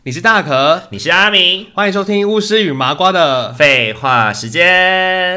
你是大可， 你是阿明， 欢迎收听巫师与麻瓜的废话时间。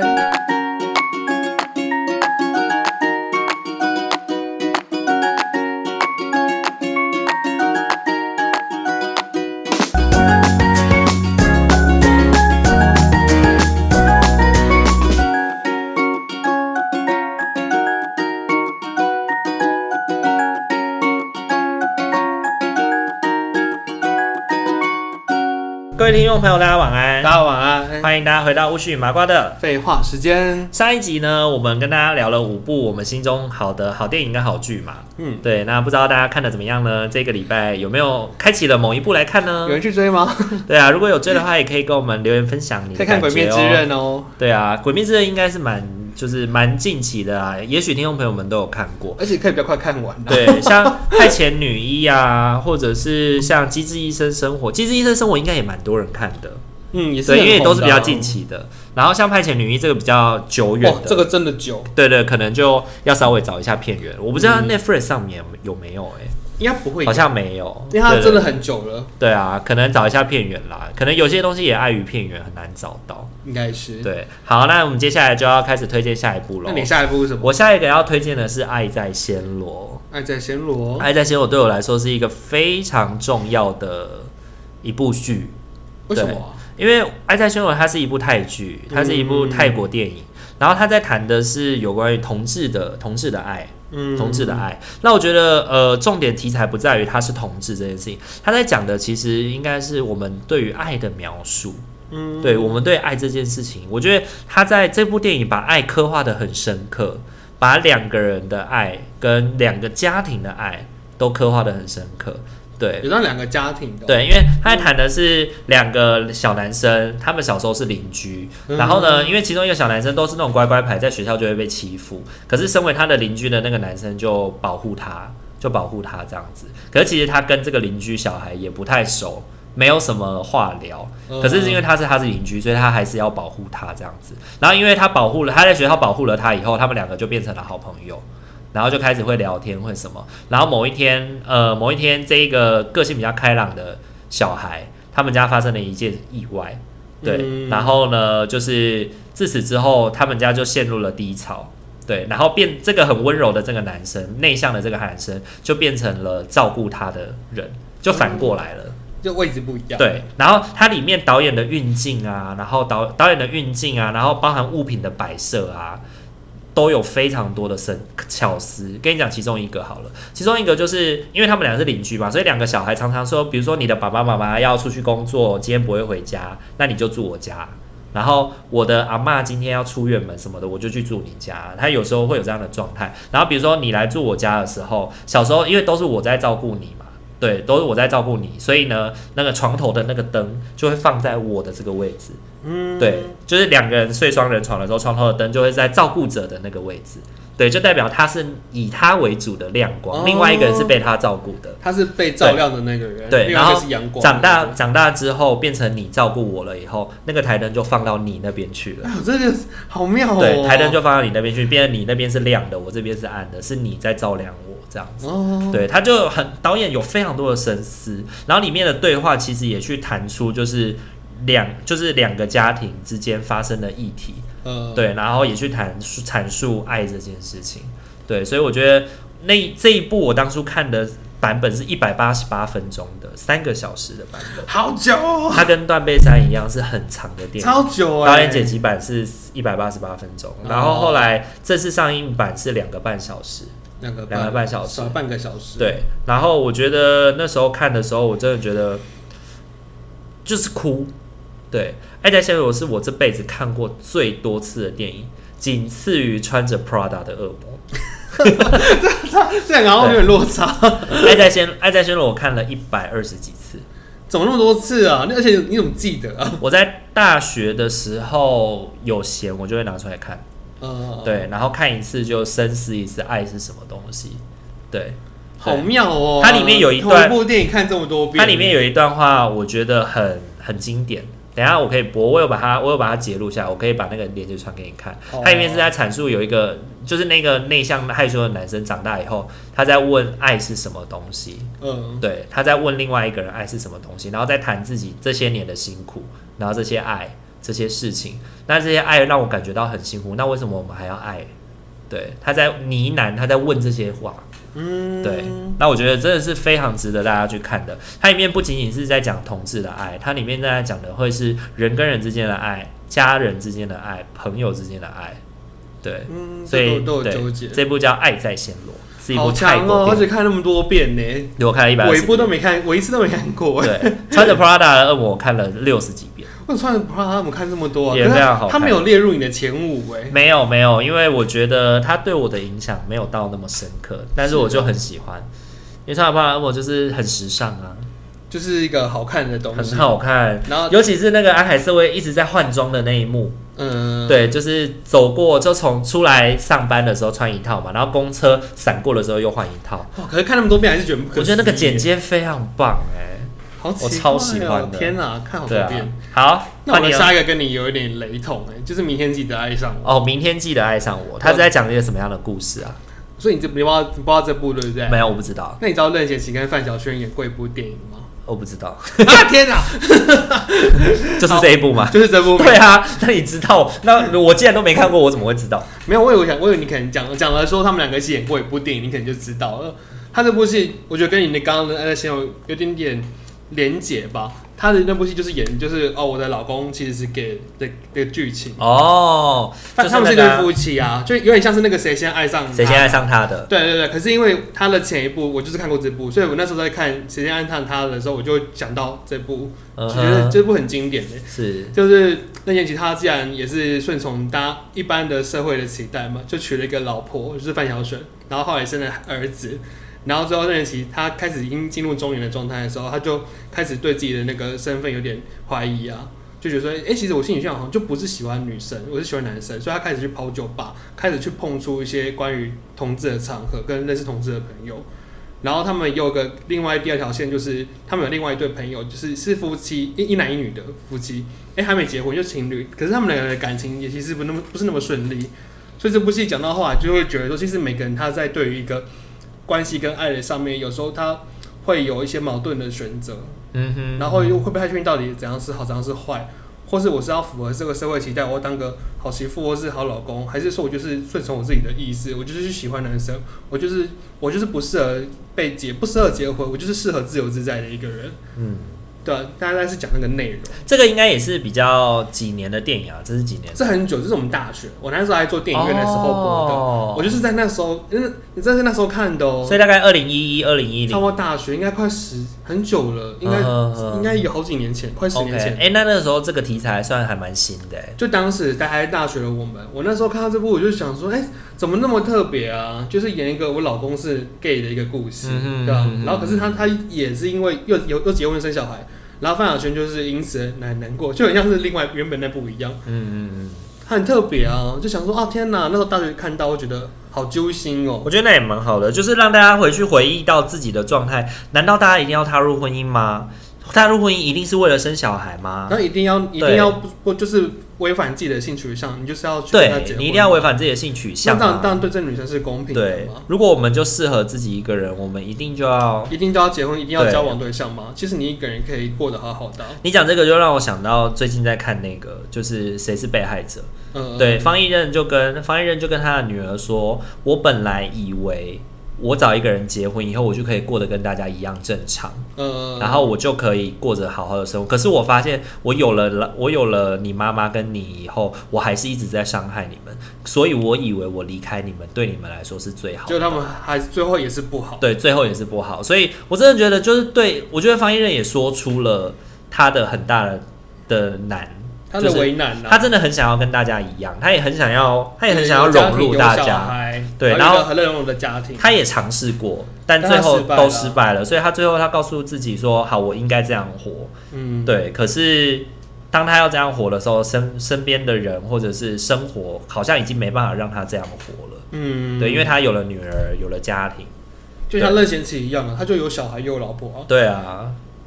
各位听众朋友，大家晚安！ 大家晚安， 欢迎大家回到巫师与麻瓜的废话时间。 上一集呢，我们跟大家聊了5部我们心中好电影跟好剧嘛。对，那不知道大家看的怎么样呢？这个礼拜有没有开启了某一部来看呢？ 有人去追吗？ 对啊，如果有追的话，也可以跟我们留言分享你的感觉哦。 可以看《鬼灭之刃》哦。 对啊，《鬼灭之刃》应该是蛮近期的啊，也许听众朋友们都有看过， 而且可以比较快看完。 对，像派遣女一啊，或者是像《机智医生生活》，《机智医生生活》应该也蛮多人看的。 也是对，因为都是比较近期的。然后像派遣女一这个比较久远的， 这个真的久。 对，可能就要稍微找一下片源。我不知道 Netflix 上面有没有应该不会， 好像没有， 因为它真的很久了。 对啊，可能找一下片源啦。可能有些东西也碍于片源很难找到， 应该是。 对，好，那我们接下来就要开始推荐下一部了。 那你下一部是什么？ 我下一个要推荐的是《爱在暹罗》。 爱在暹罗， 爱在暹罗对我来说是一个非常重要的一部剧。 为什么？ 因为《爱在暹罗》它是一部泰剧，它是一部泰国电影，然后它在谈的是有关于同志的爱，同志的爱。那我觉得重点题材不在于它是同志这件事情，它在讲的其实应该是我们对于爱的描述。对，我们对爱这件事情，我觉得他在这部电影把爱刻画得很深刻，把2个人的爱跟2个家庭的爱都刻画得很深刻。对， 有那2个家庭的。 对，因为他在谈的是2个小男生，他们小时候是邻居。然后呢，因为其中一个小男生都是那种乖乖牌，在学校就会被欺负。可是身为他的邻居的那个男生就保护他这样子。可是其实他跟这个邻居小孩也不太熟，没有什么话聊。可是因为他是邻居，所以他还是要保护他这样子。然后因为他在学校保护了他以后，他们2个就变成了好朋友。然后就开始会聊天，会什么？然后某一天，这一个个性比较开朗的小孩，他们家发生了一件意外，对。然后呢，就是自此之后，他们家就陷入了低潮，对。然后这个很温柔的这个男生，内向的这个男生，就变成了照顾他的人，就反过来了。 就位置不一样，对。 然后它里面导演的运镜啊，然后导演的运镜啊，然后包含物品的摆设啊。都有非常多的巧思，跟你讲其中一个好了。其中一个就是因为他们2个是邻居嘛，所以2个小孩常常说，比如说你的爸爸妈妈要出去工作，今天不会回家，那你就住我家。然后我的阿嬷今天要出远门什么的，我就去住你家。他有时候会有这样的状态。然后比如说你来住我家的时候，小时候因为都是我在照顾你嘛。对，都是我在照顾你，所以呢，那个床头的那个灯就会放在我的这个位置。对，就是2个人睡双人床的时候，床头的灯就会在照顾者的那个位置。对，就代表他是以他为主的亮光，另外一个人是被他照顾的， 他是被照亮的那个人。 对，然后长大之后变成你照顾我了以后，那个台灯就放到你那边去了。 这个好妙哦！ 对，台灯就放到你那边去，变成你那边是亮的，我这边是暗的，是你在照亮我。这样子，对，他就导演有非常多的深思，然后里面的对话其实也去谈出就是2个家庭之间发生的议题，对，然后也去阐述爱这件事情，对，所以我觉得这一部我当初看的版本是188分钟的3个小时的版本， 好久哦！ 它跟断背山一样是很长的电影， 超久导演剪辑版是188分钟，然后后来这次上映版是2个半小时。2个半小时， 少半个小时。 对，然后我觉得那时候看的时候，我真的觉得就是哭。对，《爱在暹罗》是我这辈子看过最多次的电影，仅次于穿着 Prada 的恶魔。 这2个好像有点落差。 爱在暹罗我看了120几次， 怎么那么多次啊？而且你怎么记得啊？ 我在大学的时候有闲，我就会拿出来看。对，然后看一次就深思一次，爱是什么东西？对， 好妙哦！ 它里面有一段， 同一部电影看这么多遍， 它里面有一段话，我觉得很经典。 等一下我可以播，我有把它截录下来，我可以把那个链接传给你看。它里面是在阐述有一个，就是那个内向害羞的男生长大以后，他在问爱是什么东西。对，他在问另外一个人爱是什么东西，然后再谈自己这些年的辛苦，然后这些爱这些事情，那这些爱让我感觉到很辛苦，那为什么我们还要爱？对，他在呢喃，他在问这些话。对，那我觉得真的是非常值得大家去看的。它里面不仅仅是在讲同志的爱，它里面在讲的会是人跟人之间的爱、家人之间的爱、朋友之间的爱。对，所以都有纠结。 这部叫《爱在暹罗》，是一部好强哦，而且看那么多遍呢。 我看了120， 我一部都没看，我一次都没看过。 对，穿着 Prada 的恶魔我看了60几遍。 为什么穿着 Prada 我看这么多啊？ 也非常好看。 他没有列入你的前5哎。 没有，因为我觉得他对我的影响没有到那么深刻，但是我就很喜欢，因为穿着 Prada 的恶魔就是很时尚啊。 就是一个好看的东西， 很好看。然后，尤其是那个安海瑟薇一直在换装的那一幕，对，就是走过，就从出来上班的时候穿一套嘛，然后公车闪过的时候又换一套。 可是看那么多遍还是觉得不可思议。 我觉得那个剪接非常棒好奇怪， 我超喜欢的。 天哪，看好多遍。 好， 那我们下一个跟你有一点雷同就是明天记得爱上我。 明天记得爱上我，他是在讲一个什么样的故事啊？ 所以你不知道这部对不对？ 没有，我不知道。 那你知道任贤齐跟范晓萱演过一部电影吗？ 我不知道天哪就是这一部吗？ 就是这部。 对啊，那你知道？那我既然都没看过，我怎么会知道？ 没有，我以为你可能讲了说他们2个一起演过一部电影，你可能就知道了。他这部戏，我觉得跟你刚刚的爱在暹罗有点点连结吧。他的那部戏就是演，就是我的老公其实是 gay 的剧情就是他们是一对夫妻啊，就有点像是那个谁先爱上他的。 对。可是因为他的前一部我就是看过这部，所以我那时候在看谁先爱上他的时候，我就想到这部，觉得这部很经典的。 是， 就是任贤齐他既然也是顺从一般的社会的期待嘛，就娶了一个老婆，就是范晓萱，然后后来生了儿子。然后最后任贤齐他开始已经进入中年的状态的时候，他就开始对自己的那个身份有点怀疑啊，就觉得说，其实我心里好像就不是喜欢女生，我是喜欢男生，所以他开始去跑酒吧，开始去碰触一些关于同志的场合，跟认识同志的朋友。然后他们有个第2条线，就是他们有另外一对朋友，是夫妻，一男一女的夫妻，还没结婚就情侣，可是他们2个人的感情也其实不是那么顺利。所以这部戏讲到后来就会觉得说，其实每个人他在对于一个关系跟爱的上面，有时候他会有一些矛盾的选择，然后又会不太确定到底怎样是好，怎样是坏，或是我是要符合这个社会期待，我要当个好媳妇或是好老公，还是说我就是顺从我自己的意思，我就是去喜欢男生，我就是不适合不适合结婚，我就是适合自由自在的一个人。对啊，大概是讲那个内容。 这个应该也是比较几年的电影啊，这是几年？ 这很久，这是我们大学，我那时候还做电影院的时候播的。我就是在那时候，你真是那时候看的所以大概2011、2010， 差不多大学应该快很久了，应该有好几年前，快10年前。 那个时候这个题材算还蛮新的。 就当时还在大学的我那时候看到这部，我就想说，怎么那么特别啊？就是演一个我老公是 gay 的一个故事，对吧？然后可是他也是因为又结婚生小孩。然后范晓萱就是因此难过，就很像是另外原本那部一样。他很特别啊，就想说天哪！那时候大学看到，我觉得好揪心哦。 我觉得那也蛮好的，就是让大家回去回忆到自己的状态。难道大家一定要踏入婚姻吗？踏入婚姻一定是为了生小孩吗？ 那一定要不就是违反自己的性取向？你就是要去跟他结婚？ 对，你一定要违反自己的性取向。 那当然对这女生是公平的嘛。 对，如果我们就适合自己一个人，我们一定就要结婚，一定要交往对象吗？其实你一个人可以过得好好的。 你讲这个就让我想到最近在看那个，就是谁是被害者？对，方一任就跟他的女儿说：“我本来以为。”我找一个人结婚以后，我就可以过得跟大家一样正常，然后我就可以过着好好的生活。可是我发现，我有了你妈妈跟你以后，我还是一直在伤害你们，所以我以为我离开你们，对你们来说是最好的。 就他们还最后也是不好， 对，最后也是不好。所以我真的觉得，我觉得方一任也说出了他的很大的难。 他的为难他真的很想要跟大家一样，他也很想要融入大家，对，然后和乐融融的家庭， 他也尝试过，但最后都失败了，所以他最后他告诉自己说：“好，我应该这样活。”对。可是当他要这样活的时候，身边的人或者是生活好像已经没办法让他这样活了。对，因为他有了女儿，有了家庭， 就像任贤齐一样啊，他就有小孩又有老婆啊。 对啊。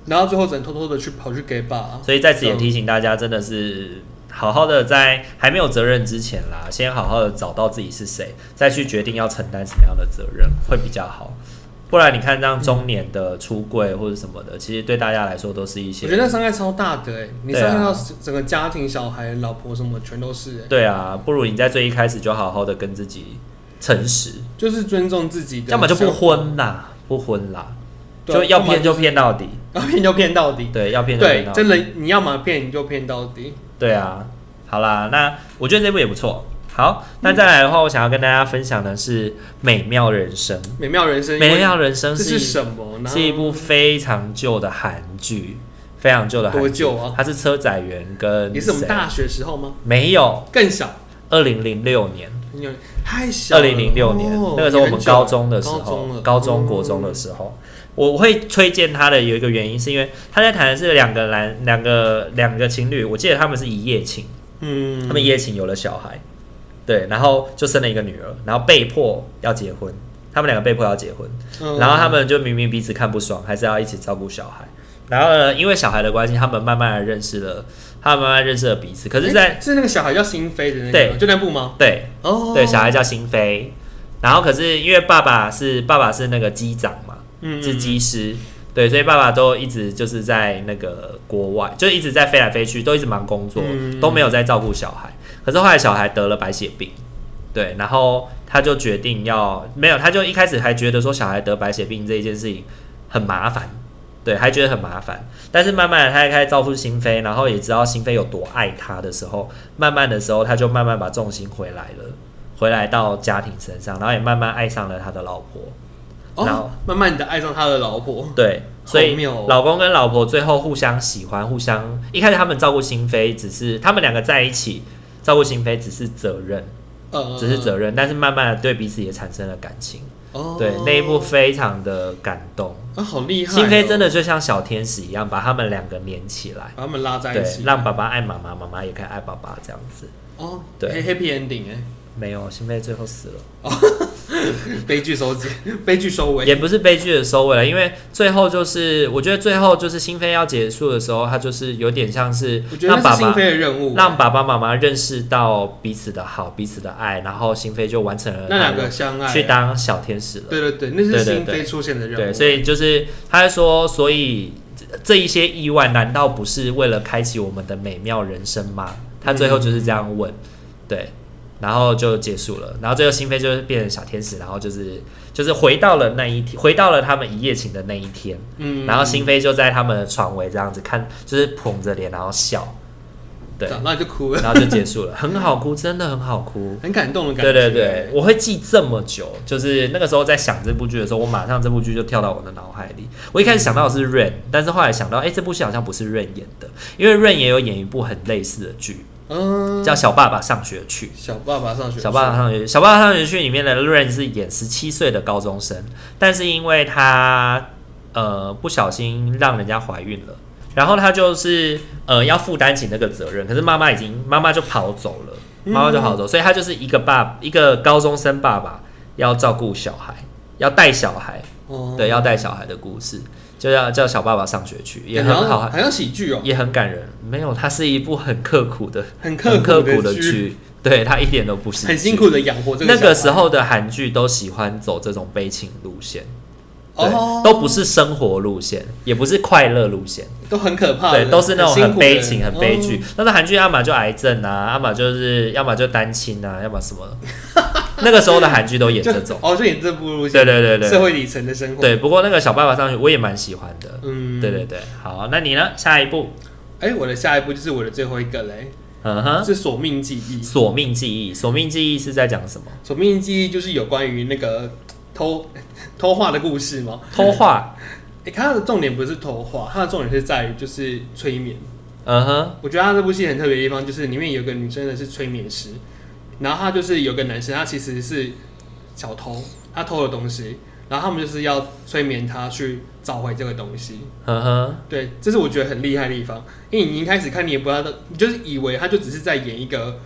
然后最后只能偷偷的跑去给爸。 所以在此也提醒大家，真的是好好的在还没有责任之前啦，先好好的找到自己是谁，再去决定要承担什么样的责任会比较好。不然你看，这样中年的出柜或者什么的，其实对大家来说都是一些， 我觉得那伤害超大的你伤害到整个家庭、小孩、老婆什么，全都是对啊，不如你在最一开始就好好的跟自己诚实， 就是尊重自己的， 要么就不婚啦，就要骗就骗到底， 要骗就骗到底， 对，要骗就骗到底， 对，真的你要么骗你就骗到底， 对啊，好啦，那我觉得这部也不错。好，那再来的话，我想要跟大家分享的是《美妙人生》。 美妙人生， 美妙人生是什么呢？ 是一部非常旧的韩剧，非常旧的韩剧。 多旧啊？ 它是车载元跟也是我们大学时候吗？ 没有， 更小。 2006年， 太小了。 2006年，那个时候我们高中的时候，高中国中的时候。我会推荐他的有一个原因，是因为他在谈的是两个情侣，我记得他们是一夜情，他们一夜情有了小孩，对，然后就生了一个女儿，然后被迫要结婚，他们两个被迫要结婚，然后他们就明明彼此看不爽，还是要一起照顾小孩，然后呢，因为小孩的关系，他们慢慢的认识了彼此，可是是那个小孩叫新飞的那个，对，就那部吗？ 对，对，小孩叫新飞，然后可是因为爸爸是那个机长嘛。是机师，对，所以爸爸都一直就是在那个国外，就一直在飞来飞去，都一直忙工作，都没有在照顾小孩。可是后来小孩得了白血病，对，然后他就决定他就一开始还觉得说小孩得白血病这一件事情很麻烦，对，还觉得很麻烦。但是慢慢的，他也开始照顾新飞，然后也知道新飞有多爱他的时候，慢慢的时候，他就慢慢把重心回来到家庭身上，然后也慢慢爱上了他的老婆。然后慢慢的爱上他的老婆， 对，所以老公跟老婆最后互相喜欢，一开始他们照顾新飞，只是他们两个在一起照顾新飞只是责任，但是慢慢的对彼此也产生了感情。对，那一部非常的感动好厉害！ 新飞真的就像小天使一样，把他们两个连起来， 把他们拉在一起， 让爸爸爱妈妈，妈妈也可以爱爸爸这样子。 对 ，Happy Ending 没有，新飞最后死了。 悲剧收尾， 也不是悲剧的收尾了，因为最后就是我觉得最后就是新飞要结束的时候，他就是有点像是让爸爸新飞的任务， 让爸爸妈妈认识到彼此的好，彼此的爱，然后新飞就完成了那两个相爱， 去当小天使了。 对，那是新飞出现的任务。 对，所以就是他说，所以这一些意外难道不是为了开启我们的美妙人生吗？他最后就是这样问，对。然后就结束了，然后最后新飞就是变成小天使，然后就是回到了那一天，回到了他们一夜情的那一天。然后新飞就在他们的床围这样子看，就是捧着脸然后笑，对， 然后就哭了， 然后就结束了，很好哭，真的很好哭， 很感动的感觉。 对，我会记这么久，就是那个时候在想这部剧的时候，我马上这部剧就跳到我的脑海里。我一开始想到的是 Rain， 但是后来想到，这部戏好像不是 Rain 演的，因为 Rain 也有演一部很类似的剧。叫小爸爸上学去。小爸爸上学去里面的 Rain 是演17岁的高中生，但是因为他不小心让人家怀孕了，然后他就是要负担起那个责任，可是妈妈就跑走了，所以他就是一个高中生爸爸要照顾小孩，要带小孩，对，要带小孩的故事。就叫小爸爸上学去，也很好， 好像喜剧也很感人。没有，它是一部很刻苦的剧，对，它一点都不是很辛苦的养活这个。 那个时候的韩剧都喜欢走这种悲情路线，都不是生活路线，也不是快乐路线， 都很可怕。 对，都是那种很悲情、很悲剧。但是韩剧要么就癌症啊，要么就单亲啊，要么什么。那个时候的韩剧都演这种， 就演这部路线， 对， 社会底层的生活。 对，不过那个小爸爸上去我也蛮喜欢的，对，好，那你呢？下一部？ 我的下一部就是我的最后一个嘞，是《索命记忆》。索命记忆是在讲什么？索命记忆就是有关于那个偷画的故事吗？ 偷画？ 它的重点不是偷画，它的重点是在于就是催眠。我觉得它这部戏很特别的地方就是里面有个女生的是催眠师。然后他就是有个男生，他其实是小偷，他偷了东西，然后他们就是要催眠他去找回这个东西。对，这是我觉得很厉害的地方，因为你一开始看你也不知道，你就是以为他就只是在演一个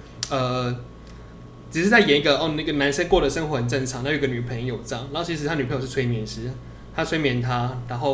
那个男生过的生活很正常，他有个女朋友这样，然后其实他女朋友是催眠师，他催眠他，然后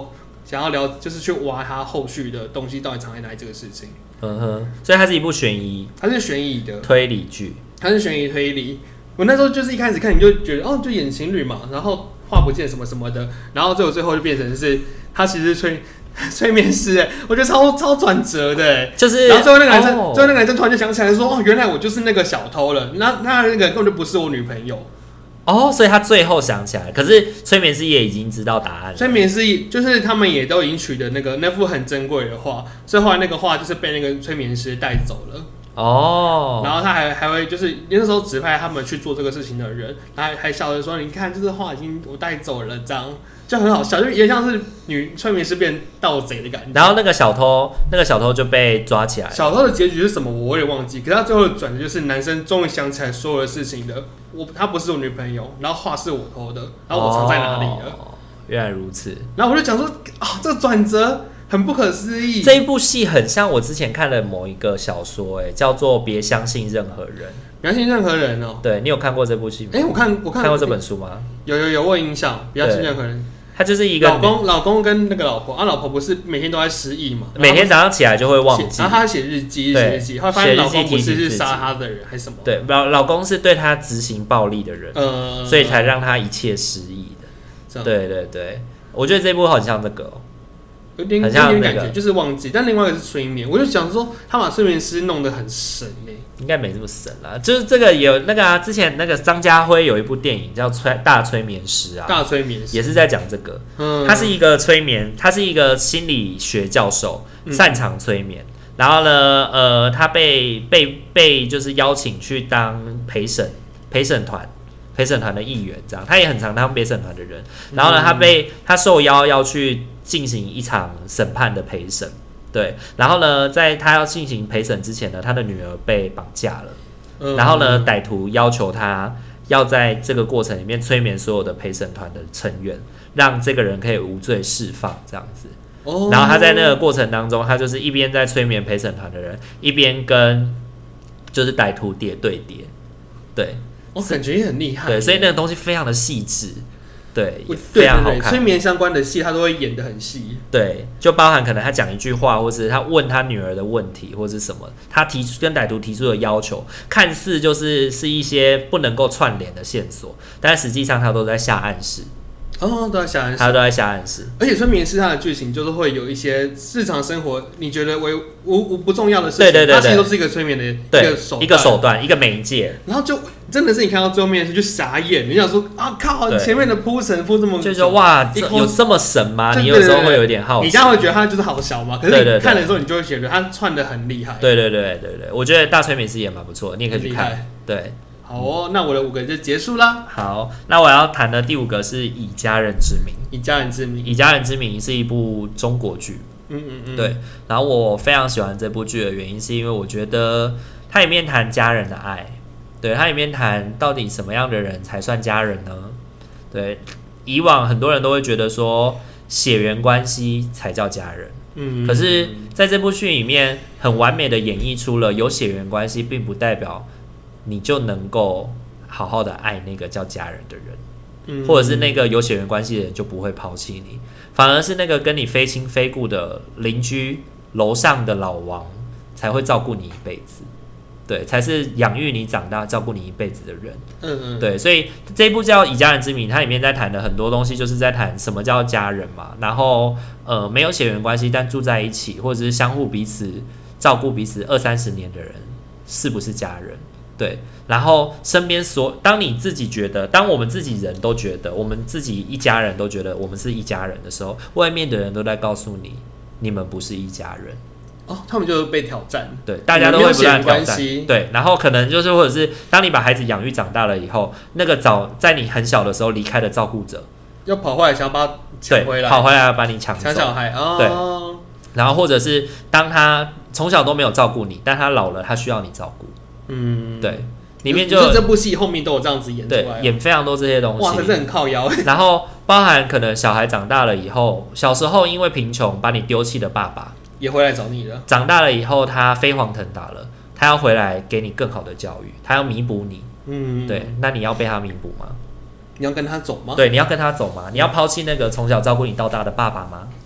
想要就是去挖他后续的东西到底藏在哪里这个事情。 所以它是一部悬疑， 它是悬疑的推理剧， 它是悬疑推理。我那时候就是一开始看你就觉得就演情侣嘛，然后画不见什么什么的，然后最后就变成是他其实催眠师我觉得超转折的就是， 然后最后那个男生突然就想起来说原来我就是那个小偷了，那个根本就不是我女朋友。 所以他最后想起来，可是催眠师也已经知道答案了。 催眠师就是他们也都已经取得那幅很珍贵的画，所以后来那个画就是被那个催眠师带走了。然后他还会就是那时候指派他们去做这个事情的人，他还笑着说：“你看，这个画已经我带走了，这样就很好笑，就也像是女催眠师变盗贼的感觉。” 然后那个小偷就被抓起来了。 小偷的结局是什么？我有点忘记。可是他最后的转折就是男生终于想起来所有的事情了。他不是我女朋友，然后画是我偷的，然后我藏在哪里了？ 原来如此。 然后我就讲说这个转折很不可思议。 这一部戏很像我之前看的某一个小说，叫做《别相信任何人》。 别相信任何人对，你有看过这部戏吗？ 我看过这本书吗？ 有，我有印象。别相信任何人。 他就是一个老公跟那个老婆，老婆不是每天都在失忆嘛？ 每天早上起来就会忘记， 然后他写日记，后来发现老公不是杀他的人还是什么？ 对，老公是对他执行暴力的人，所以才让他一切失忆的。对，我觉得这部很像这个有点感觉，就是忘记。但另外一个是催眠，我就想说他把催眠师弄得很神应该没这么神啦。就是这个有那个之前那个张家辉有一部电影叫《大催眠师》 大催眠师也是在讲这个。他是一个他是一个心理学教授，擅长催眠。然后呢，他被就是邀请去当陪审团的议员，这样他也很常当陪审团的人。然后呢，他受邀要去进行一场审判的陪审。对，然后呢，在他要进行陪审之前呢，他的女儿被绑架了。然后呢，歹徒要求他要在这个过程里面催眠所有的陪审团的成员，让这个人可以无罪释放这样子。然后他在那个过程当中，他就是一边在催眠陪审团的人，一边跟就是歹徒叠对叠。对， 感觉也很厉害。 对，所以那个东西非常的细致。对，非常好看。 催眠相关的戏，他都会演得很细。 对，就包含可能他讲一句话，或是他问他女儿的问题，或是什么，他跟歹徒提出的要求，看似是一些不能够串联的线索，但实际上他都在下暗示。 都在下暗示， 他都在下暗示。 而且催眠师他的剧情就是会有一些日常生活你觉得不重要的事情，对，它其实都是一个催眠的一个手段，一个媒介。 然后就真的是你看到最后面就傻眼，你想说靠，前面的铺陈铺这么久， 就是说哇，有这么神吗？你有时候会有点好奇。 你这样会觉得他就是好小嘛？可是你看的时候，你就会觉得他串得很厉害。 对，我觉得大催眠师也蛮不错，你也可以去看。对。 好那我的5个就结束啦。 好，那我要谈的第5个是《以家人之名》。 以家人之名， 以家人之名是一部中国剧。对。然后我非常喜欢这部剧的原因，是因为我觉得它里面谈家人的爱。对，它里面谈到底什么样的人才算家人呢？对，以往很多人都会觉得说血缘关系才叫家人。可是在这部剧里面，很完美的演绎出了有血缘关系，并不代表你就能够好好的爱那个叫家人的人，或者是那个有血缘关系的人就不会抛弃你，反而是那个跟你非亲非故的邻居楼上的老王才会照顾你一辈子，对，才是养育你长大、照顾你一辈子的人。对，所以这一部叫《以家人之名》，它里面在谈的很多东西，就是在谈什么叫家人嘛。然后没有血缘关系但住在一起，或者是相互彼此照顾彼此20-30年的人，是不是家人？对，然后身边当你自己觉得，当我们自己人都觉得，我们自己一家人都觉得我们是一家人的时候，外面的人都在告诉你，你们不是一家人。 他们就被挑战。 对，大家都会不断挑战。对，然后可能就是或者是当你把孩子养育长大了以后，那个早在你很小的时候离开的照顾者， 要跑回来想要把他抢回来， 跑回来要把你抢走。 抢小孩对。然后或者是当他从小都没有照顾你，但他老了，他需要你照顾。对，里面就这部戏后面都有这样子演出来， 对，演非常多这些东西。 哇，这是很靠腰。 然后包含可能小孩长大了以后，小时候因为贫穷把你丢弃的爸爸也回来找你了。 长大了以后，他飞黄腾达了，他要回来给你更好的教育，他要弥补你。对，那你要被他弥补吗？ 你要跟他走吗？ 对，你要跟他走吗？你要抛弃那个从小照顾你到大的爸爸吗？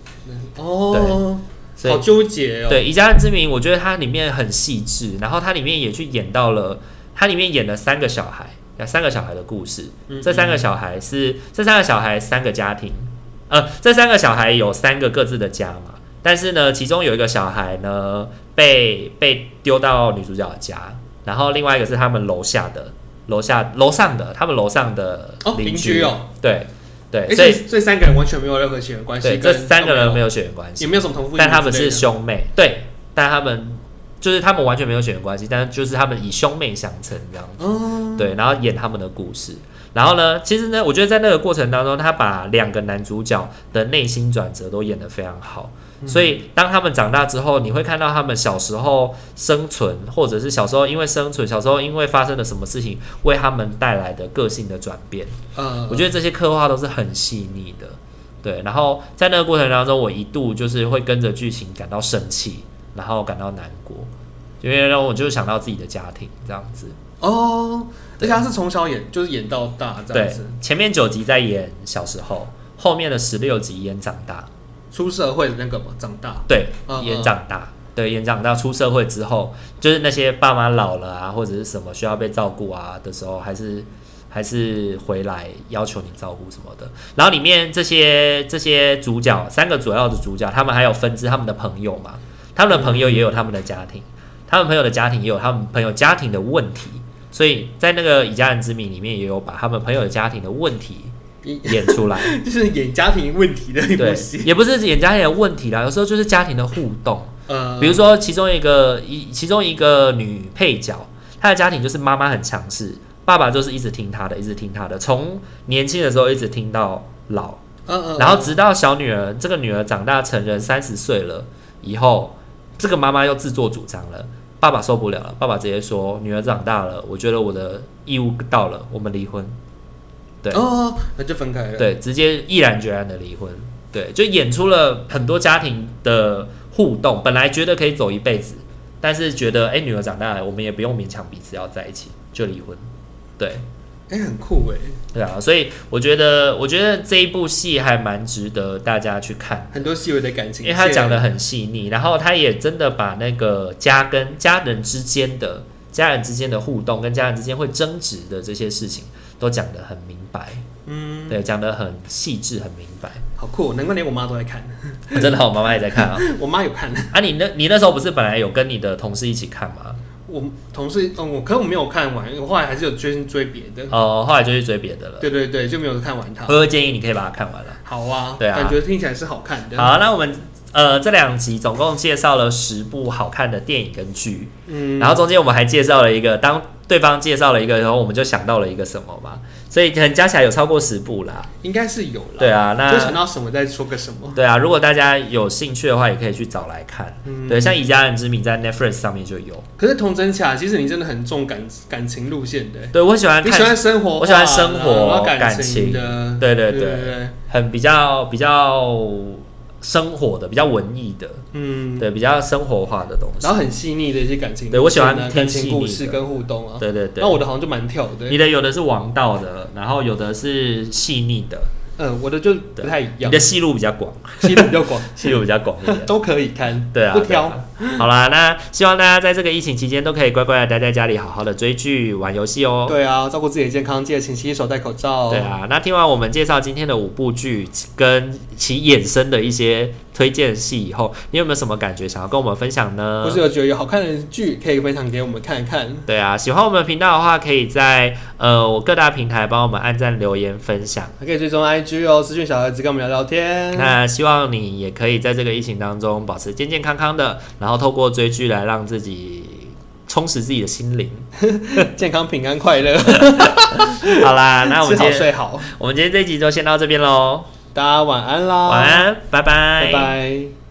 哦， 所以好纠结哦。 对，《以家人之名》，我觉得它里面很细致，然后它里面也去演到了，它里面演了3个小孩的故事。这3个小孩3个家庭，这3个小孩有3个各自的家嘛。但是呢，其中有一个小孩呢被丢到女主角的家，然后另外一个是他们楼上的他们楼上的邻居哦， 对。 所以这3个人完全没有任何血缘关系， 对，这3个人没有血缘关系， 也没有什么同父异母， 但他们是兄妹，对，但他们完全没有血缘关系，但就是他们以兄妹相称这样子，对，然后演他们的故事。然后呢，其实呢，我觉得在那个过程当中，他把2个男主角的内心转折都演得非常好。所以当他们长大之后，你会看到他们小时候生存，或者是小时候因为生存，小时候因为发生了什么事情，为他们带来的个性的转变。我觉得这些刻画都是很细腻的。对，然后在那个过程当中，我一度就是会跟着剧情感到生气，然后感到难过，因为让我就想到自己的家庭这样子。 而且他是从小就是演到大这样子。 对，前面9集在演小时候，后面的16集演长大。 出社会的那个嘛，长大。 对，演长大。对，演长大出社会之后，就是那些爸妈老了啊，或者是什么需要被照顾啊的时候，还是回来要求你照顾什么的。然后里面这些主角，3个主要的主角，他们还有分支他们的朋友嘛，他们的朋友也有他们的家庭，他们朋友的家庭也有他们朋友家庭的问题，所以在那个《以家人之名》里面也有把他们朋友的家庭的问题演出来， 就是演家庭问题的一部戏， 也不是演家庭的问题啦，有时候就是家庭的互动。比如说其中一个女配角，她的家庭就是妈妈很强势，爸爸就是一直听她的，从年轻的时候一直听到老，然后直到这个女儿长大成人30岁了以后，这个妈妈又自作主张了，爸爸受不了了，爸爸直接说女儿长大了，我觉得我的义务到了，我们离婚。对， 那就分开了。 对，直接毅然决然的离婚。对，就演出了很多家庭的互动，本来觉得可以走一辈子，但是觉得女儿长大了，我们也不用勉强彼此要在一起，就离婚。对， 很酷哎。 对啊，所以我觉得这一部戏还蛮值得大家去看， 很多细微的感情， 因为他讲得很细腻，然后他也真的把那个家跟家人之间的互动，跟家人之间会争执的这些事情，都讲得很明白。对，讲得很细致，很明白。 好酷，难怪连我妈都在看。 真的，我妈妈也在看啊。 我妈有看啊。你那时候不是本来有跟你的同事一起看吗？ 我同事，可是我没有看完，我后来还是有追别的。 后来就去追别的了。 对，就没有看完它。 我会建议你可以把它看完了。 好啊， 对啊， 感觉听起来是好看的。 好，那我们这2集总共介绍了10部好看的电影跟剧，然后中间我们还介绍了一个，当对方介绍了一个，然后我们就想到了一个什么嘛，所以可能加起来有超过10部啦， 应该是有啦。 对啊，那就想到什么再说个什么。 对啊，如果大家有兴趣的话，也可以去找来看。对，像《以家人之名》在 Netflix 上面就有。 可是童真卡，其实你真的很重感情路线的。 对，我喜欢看， 你喜欢生活， 我喜欢生活感情的。 对，很比较生活的，比较文艺的，对，比较生活化的东西， 然后很细腻的一些感情， 对我喜欢感情故事跟互动啊， 对。 那我的好像就蛮跳的， 你的有的是王道的，然后有的是细腻的， 我的就不太一样， 你的戏路比较广， 戏路比较广， 戏路比较广一点， 都可以看， 对啊， 不挑。 好啦，那希望大家在这个疫情期间都可以乖乖的待在家里，好好的追剧、玩游戏哦。 对啊，照顾自己的健康，记得勤洗手、戴口罩。 对啊，那听完我们介绍今天的5部剧跟其衍生的一些推荐戏以后，你有没有什么感觉想要跟我们分享呢？ 或是有觉得有好看的剧可以分享给我们看一看？ 对啊，喜欢我们频道的话，可以在我各大平台帮我们按赞、留言、分享， 还可以追踪 IG 哦，私讯小盒子跟我们聊聊天。 那希望你也可以在这个疫情当中保持健健康康的，然后透过追剧来让自己充实自己的心灵， 健康、平安、快乐。 好啦，那我们吃好睡好。 我们今天这一集就先到这边喽， 大家晚安啦， 晚安，拜拜， 拜拜。